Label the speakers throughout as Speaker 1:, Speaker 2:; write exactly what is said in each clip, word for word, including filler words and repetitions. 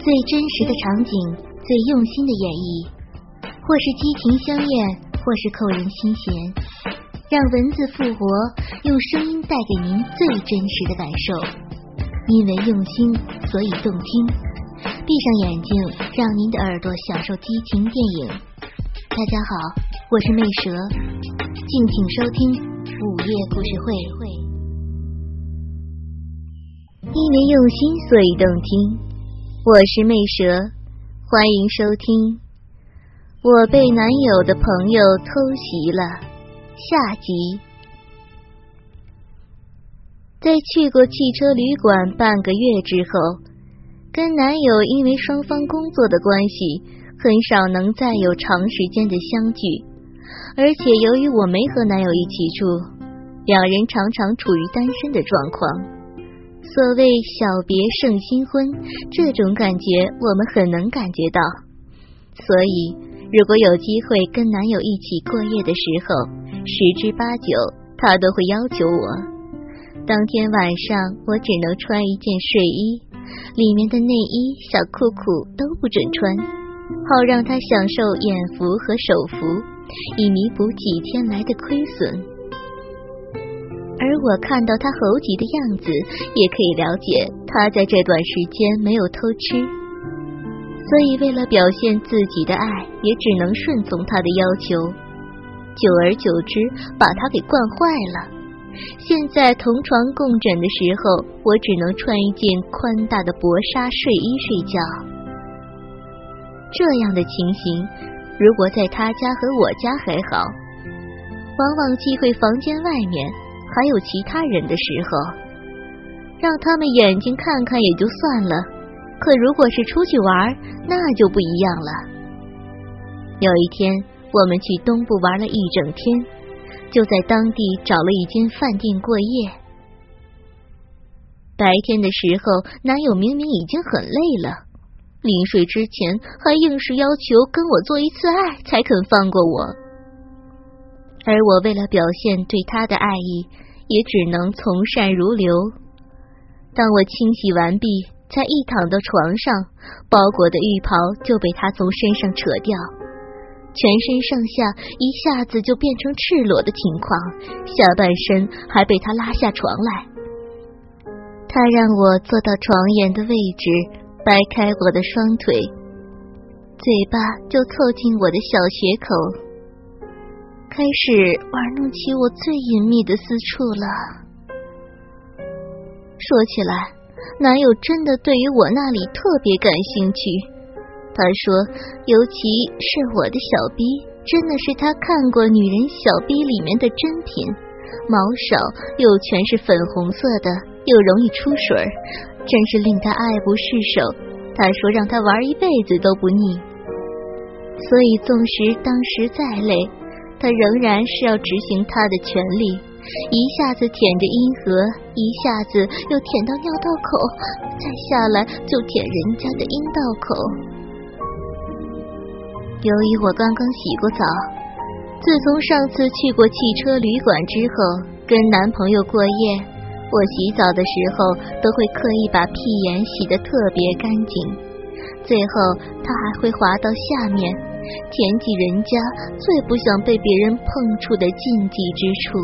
Speaker 1: 最真实的场景，最用心的演绎，或是激情香艳，或是扣人心弦，让文字复活，用声音带给您最真实的感受。因为用心，所以动听。闭上眼睛，让您的耳朵享受激情电影。大家好，我是魅蛇，敬请收听午夜故事会。因为用心，所以动听。我是魅蛇，欢迎收听我被男友的朋友偷袭了下集。在去过汽车旅馆半个月之后，跟男友因为双方工作的关系，很少能再有长时间的相聚，而且由于我没和男友一起住，两人常常处于单身的状况。所谓小别胜新婚，这种感觉我们很能感觉到。所以如果有机会跟男友一起过夜的时候，十之八九他都会要求我。当天晚上我只能穿一件睡衣，里面的内衣小裤裤都不准穿，好让他享受眼福和手福，以弥补几天来的亏损。而我看到他猴急的样子，也可以了解他在这段时间没有偷吃，所以为了表现自己的爱，也只能顺从他的要求。久而久之，把他给惯坏了。现在同床共枕的时候，我只能穿一件宽大的薄纱睡衣睡觉。这样的情形，如果在他家和我家还好，往往忌讳房间外面还有其他人的时候，让他们眼睛看看也就算了，可如果是出去玩，那就不一样了。有一天我们去东部玩了一整天，就在当地找了一间饭店过夜。白天的时候，男友明明已经很累了，临睡之前还硬是要求跟我做一次爱才肯放过我。而我为了表现对他的爱意，也只能从善如流。当我清洗完毕，才一躺到床上，包裹的浴袍就被他从身上扯掉，全身上下一下子就变成赤裸的情况，下半身还被他拉下床来。他让我坐到床沿的位置，掰开我的双腿，嘴巴就凑近我的小穴口，开始玩弄起我最隐秘的私处了。说起来，男友真的对于我那里特别感兴趣。他说，尤其是我的小逼，真的是他看过女人小逼里面的真品，毛少又全是粉红色的，又容易出水，真是令他爱不释手。他说让他玩一辈子都不腻。所以纵使当时再累，他仍然是要执行他的权利，一下子舔着阴核，一下子又舔到尿道口，再下来就舔人家的阴道口。由于我刚刚洗过澡，自从上次去过汽车旅馆之后，跟男朋友过夜，我洗澡的时候都会刻意把屁眼洗得特别干净，最后他还会滑到下面舔起人家最不想被别人碰触的禁忌之处。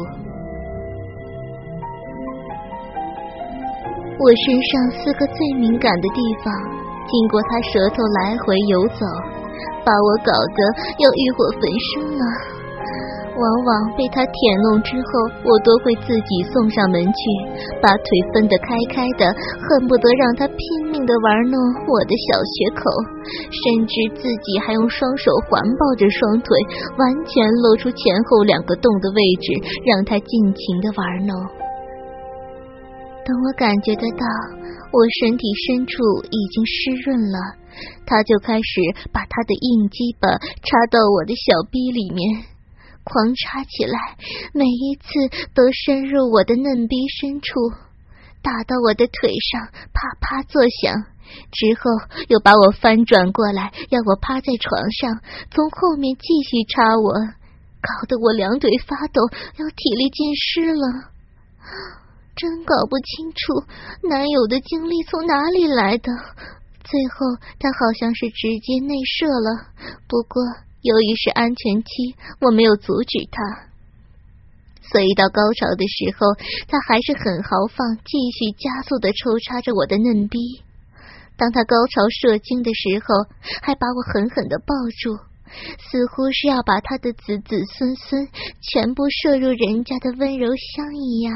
Speaker 1: 我身上四个最敏感的地方，经过他舌头来回游走，把我搞得要欲火焚身了。往往被他舔弄之后，我都会自己送上门去，把腿分得开开的，恨不得让他拼命地玩弄我的小穴口，甚至自己还用双手环抱着双腿，完全露出前后两个洞的位置，让他尽情地玩弄。等我感觉得到我身体深处已经湿润了，他就开始把他的硬鸡巴插到我的小逼里面，狂插起来，每一次都深入我的嫩逼深处，打到我的腿上啪啪作响，之后又把我翻转过来，要我趴在床上，从后面继续插我，搞得我两腿发抖，要体力尽失了。真搞不清楚男友的精力从哪里来的， 最后他好像是直接内射了，不过由于是安全期，我没有阻止他，所以到高潮的时候，他还是很豪放，继续加速地抽插着我的嫩逼。当他高潮射精的时候，还把我狠狠地抱住，似乎是要把他的子子孙孙全部射入人家的温柔乡一样。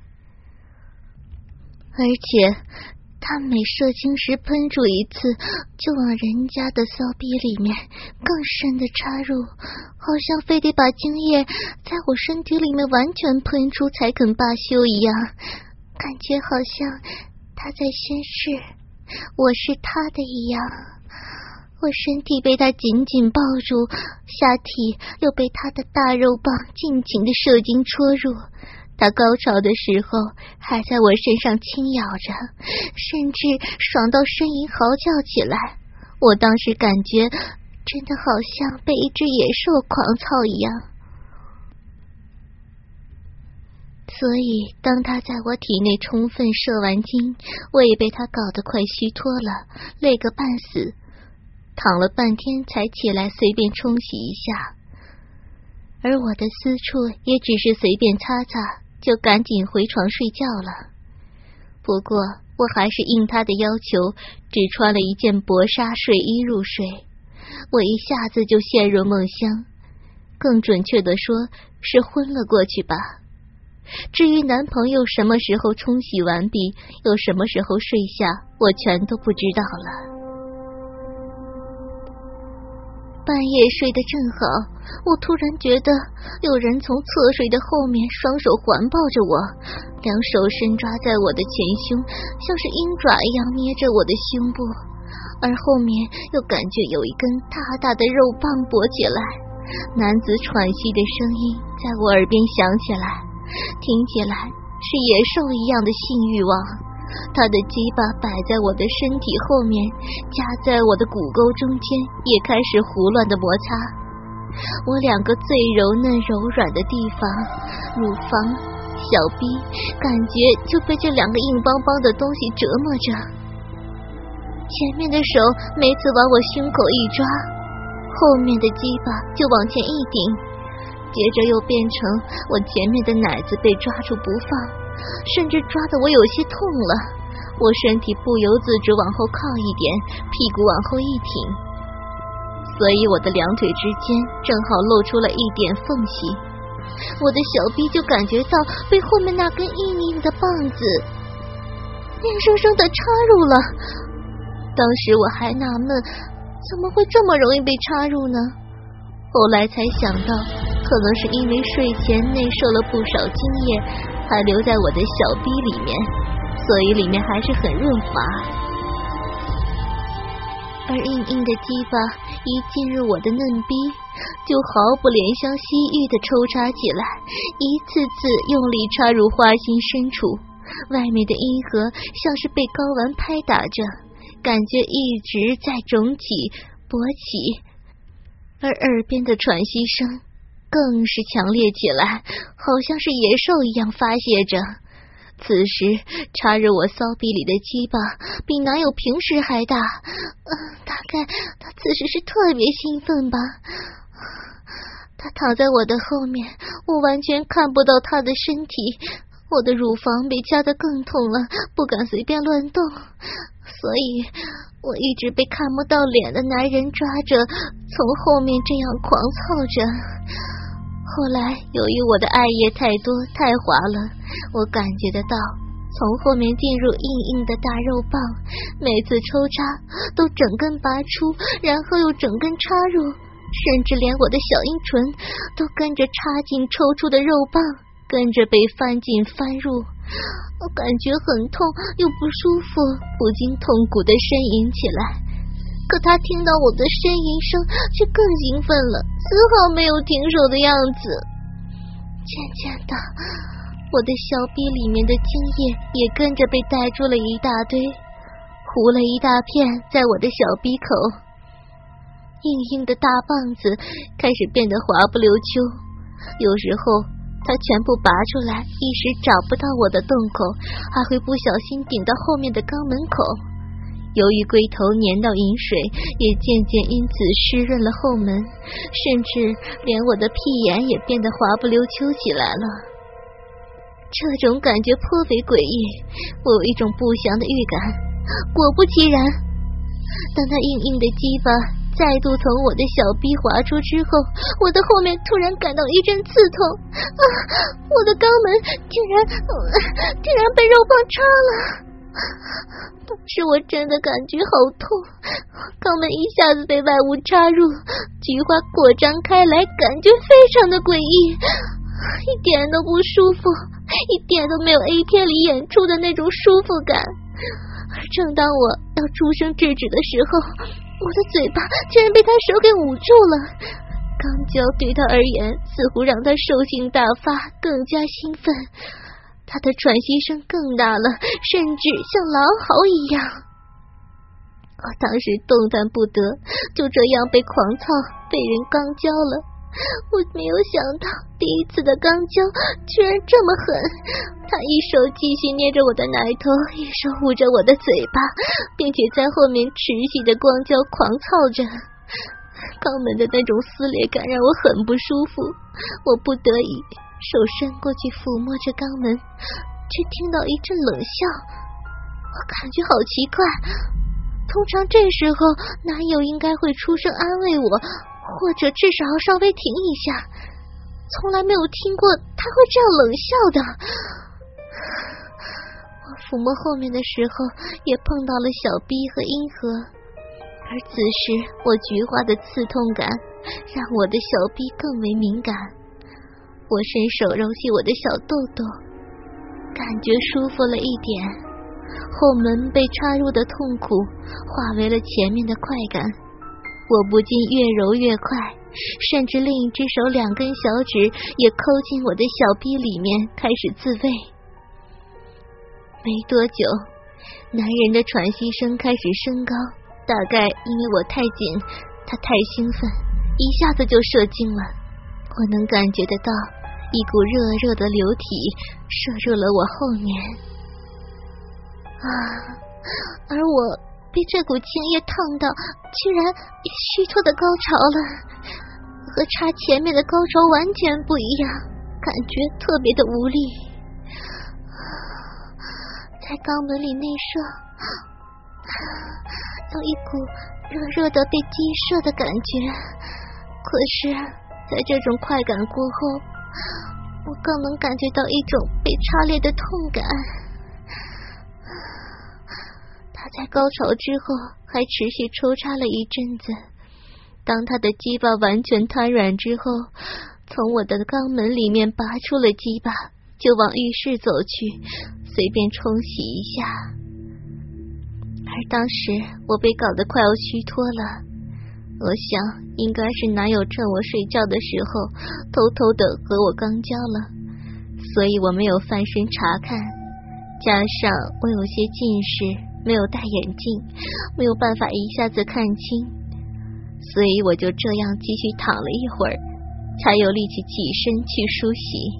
Speaker 1: 而且他每射精时喷出一次，就往人家的骚逼里面更深的插入，好像非得把精液在我身体里面完全喷出才肯罢休一样，感觉好像他在宣誓我是他的一样。我身体被他紧紧抱住，下体又被他的大肉棒尽情的射精戳入，他高潮的时候还在我身上轻咬着，甚至爽到呻吟嚎叫起来。我当时感觉真的好像被一只野兽狂操一样。所以当他在我体内充分射完精，我也被他搞得快虚脱了，累个半死，躺了半天才起来随便冲洗一下，而我的私处也只是随便擦擦，就赶紧回床睡觉了。不过我还是应他的要求，只穿了一件薄纱睡衣入睡。我一下子就陷入梦乡，更准确的说是昏了过去吧。至于男朋友什么时候冲洗完毕，又什么时候睡下，我全都不知道了。半夜睡得正好，我突然觉得有人从侧睡的后面双手环抱着我，两手伸抓在我的前胸，像是鹰爪一样捏着我的胸部，而后面又感觉有一根大大的肉棒勃起来，男子喘息的声音在我耳边响起来，听起来是野兽一样的性欲望。他的鸡巴摆在我的身体后面，夹在我的骨沟中间，也开始胡乱的摩擦我两个最柔嫩柔软的地方，乳房、小臂，感觉就被这两个硬邦邦的东西折磨着。前面的手每次往我胸口一抓，后面的鸡巴就往前一顶，接着又变成我前面的奶子被抓住不放，甚至抓得我有些痛了。我身体不由自主往后靠一点，屁股往后一挺，所以我的两腿之间正好露出了一点缝隙，我的小臂就感觉到被后面那根硬硬的棒子硬生生的插入了。当时我还纳闷，怎么会这么容易被插入呢？后来才想到，可能是因为睡前内射了不少精液，还留在我的小逼里面，所以里面还是很润滑。而硬硬的鸡巴一进入我的嫩逼，就毫不怜香惜玉地抽插起来，一次次用力插入花心深处，外面的阴核像是被睾丸拍打着，感觉一直在肿起勃起，而耳边的喘息声更是强烈起来，好像是野兽一样发泄着。此时插入我骚逼里的鸡巴比男友平时还大，嗯、大概他此时是特别兴奋吧。他躺在我的后面，我完全看不到他的身体，我的乳房被夹得更痛了，不敢随便乱动，所以我一直被看不到脸的男人抓着，从后面这样狂操着。后来由于我的爱液太多太滑了，我感觉得到从后面进入硬硬的大肉棒，每次抽插都整根拔出，然后又整根插入，甚至连我的小阴唇都跟着插进抽出的肉棒，跟着被翻进翻入。我感觉很痛又不舒服，不禁痛苦地呻吟起来。可他听到我的呻吟声却更兴奋了，丝毫没有停手的样子。渐渐的，我的小臂里面的精液也跟着被带出了一大堆，糊了一大片在我的小臂口，硬硬的大棒子开始变得滑不溜秋，有时候它全部拔出来，一时找不到我的洞口，还会不小心顶到后面的肛门口。 由于龟头粘到饮水，也渐渐因此湿润了后门，甚至连我的屁眼也变得滑不溜秋起来了。这种感觉颇为诡异，我有一种不祥的预感。果不其然，当那硬硬的鸡巴再度从我的小臂滑出之后，我的后面突然感到一阵刺痛，啊！我的肛门竟然、呃、竟然被肉棒插了。当时我真的感觉好痛，肛门一下子被外物插入，菊花扩张开来，感觉非常的诡异，一点都不舒服，一点都没有 A 片里演出的那种舒服感。而正当我要出声制止的时候，我的嘴巴竟然被他手给捂住了。肛交对他而言似乎让他兽性大发，更加兴奋，他的喘息声更大了，甚至像狼嚎一样。我当时动弹不得，就这样被狂操，被人肛交了。我没有想到第一次的肛交居然这么狠，他一手继续捏着我的奶头，一手捂着我的嘴巴，并且在后面持续的光交狂操着。肛门的那种撕裂感让我很不舒服，我不得已手伸过去抚摸着肛门，却听到一阵冷笑。我感觉好奇怪，通常这时候男友应该会出声安慰我，或者至少稍微停一下，从来没有听过他会这样冷笑的。我抚摸后面的时候也碰到了小臂和阴核，而此时我菊花的刺痛感让我的小臂更为敏感。我伸手揉起我的小豆豆，感觉舒服了一点，后门被插入的痛苦化为了前面的快感。我不禁越揉越快，甚至另一只手两根小指也抠进我的小臂里面，开始自慰。没多久，男人的喘息声开始升高，大概因为我太紧，他太兴奋，一下子就射精了。我能感觉得到一股热热的流体射入了我后面啊，而我被这股精液烫到，居然也虚脱的高潮了，和插前面的高潮完全不一样，感觉特别的无力。在肛门里内射，有一股热热的被激射的感觉，可是在这种快感过后，我更能感觉到一种被插裂的痛感。他在高潮之后还持续抽插了一阵子，当他的鸡巴完全瘫软之后，从我的肛门里面拔出了鸡巴，就往浴室走去，随便冲洗一下。而当时我被搞得快要虚脱了，我想应该是男友趁我睡觉的时候偷偷的和我肛交了，所以我没有翻身查看，加上我有些近视，没有戴眼镜，没有办法一下子看清，所以我就这样继续躺了一会儿，才有力气起身去梳洗。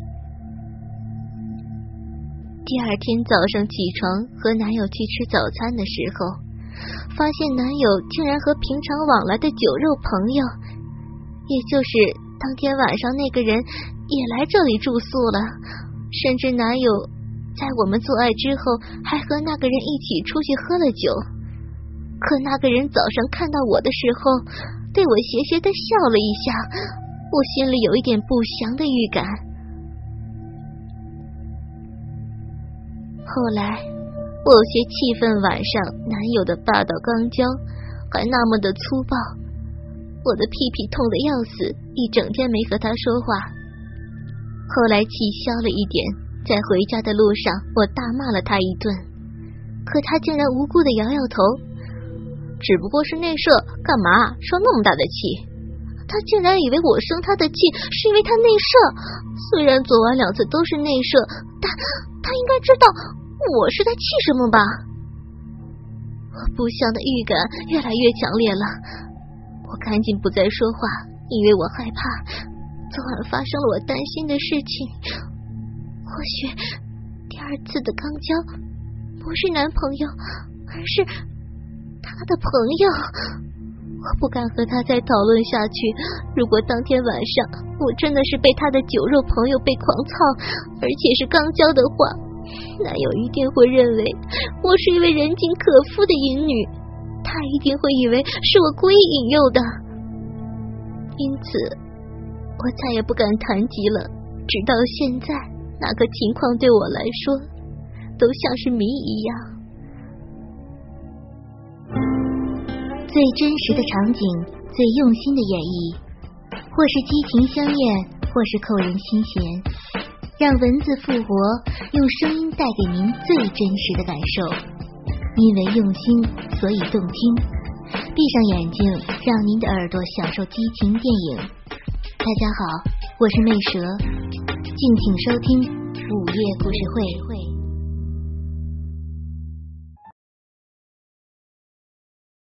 Speaker 1: 第二天早上起床和男友去吃早餐的时候，发现男友竟然和平常往来的酒肉朋友，也就是当天晚上那个人也来这里住宿了，甚至男友在我们做爱之后还和那个人一起出去喝了酒。可那个人早上看到我的时候对我斜斜的笑了一下，我心里有一点不祥的预感。后来我有些气愤晚上男友的霸道肛交还那么的粗暴，我的屁屁痛得要死，一整天没和他说话。后来气消了一点，在回家的路上我大骂了他一顿，可他竟然无辜的摇摇头，只不过是内射，干嘛生那么大的气？他竟然以为我生他的气是因为他内射，虽然昨晚两次都是内射，但他应该知道我是在气什么吧。我不祥的预感越来越强烈了，我赶紧不再说话，因为我害怕昨晚发生了我担心的事情。或许第二次的肛交不是男朋友，而是他的朋友，我不敢和他再讨论下去。如果当天晚上我真的是被他的酒肉朋友被狂操，而且是刚交的话，男友一定会认为我是一位人尽可夫的淫女，他一定会以为是我故意引诱的。因此我再也不敢谈及了，直到现在那个情况对我来说都像是谜一样。最真实的场景，最用心的演绎，或是激情香艳，或是扣人心弦，让文字复活，用声音带给您最真实的感受。因为用心，所以动听。闭上眼睛，让您的耳朵享受激情电影。大家好，我是魅蛇，敬请收听午夜故事会。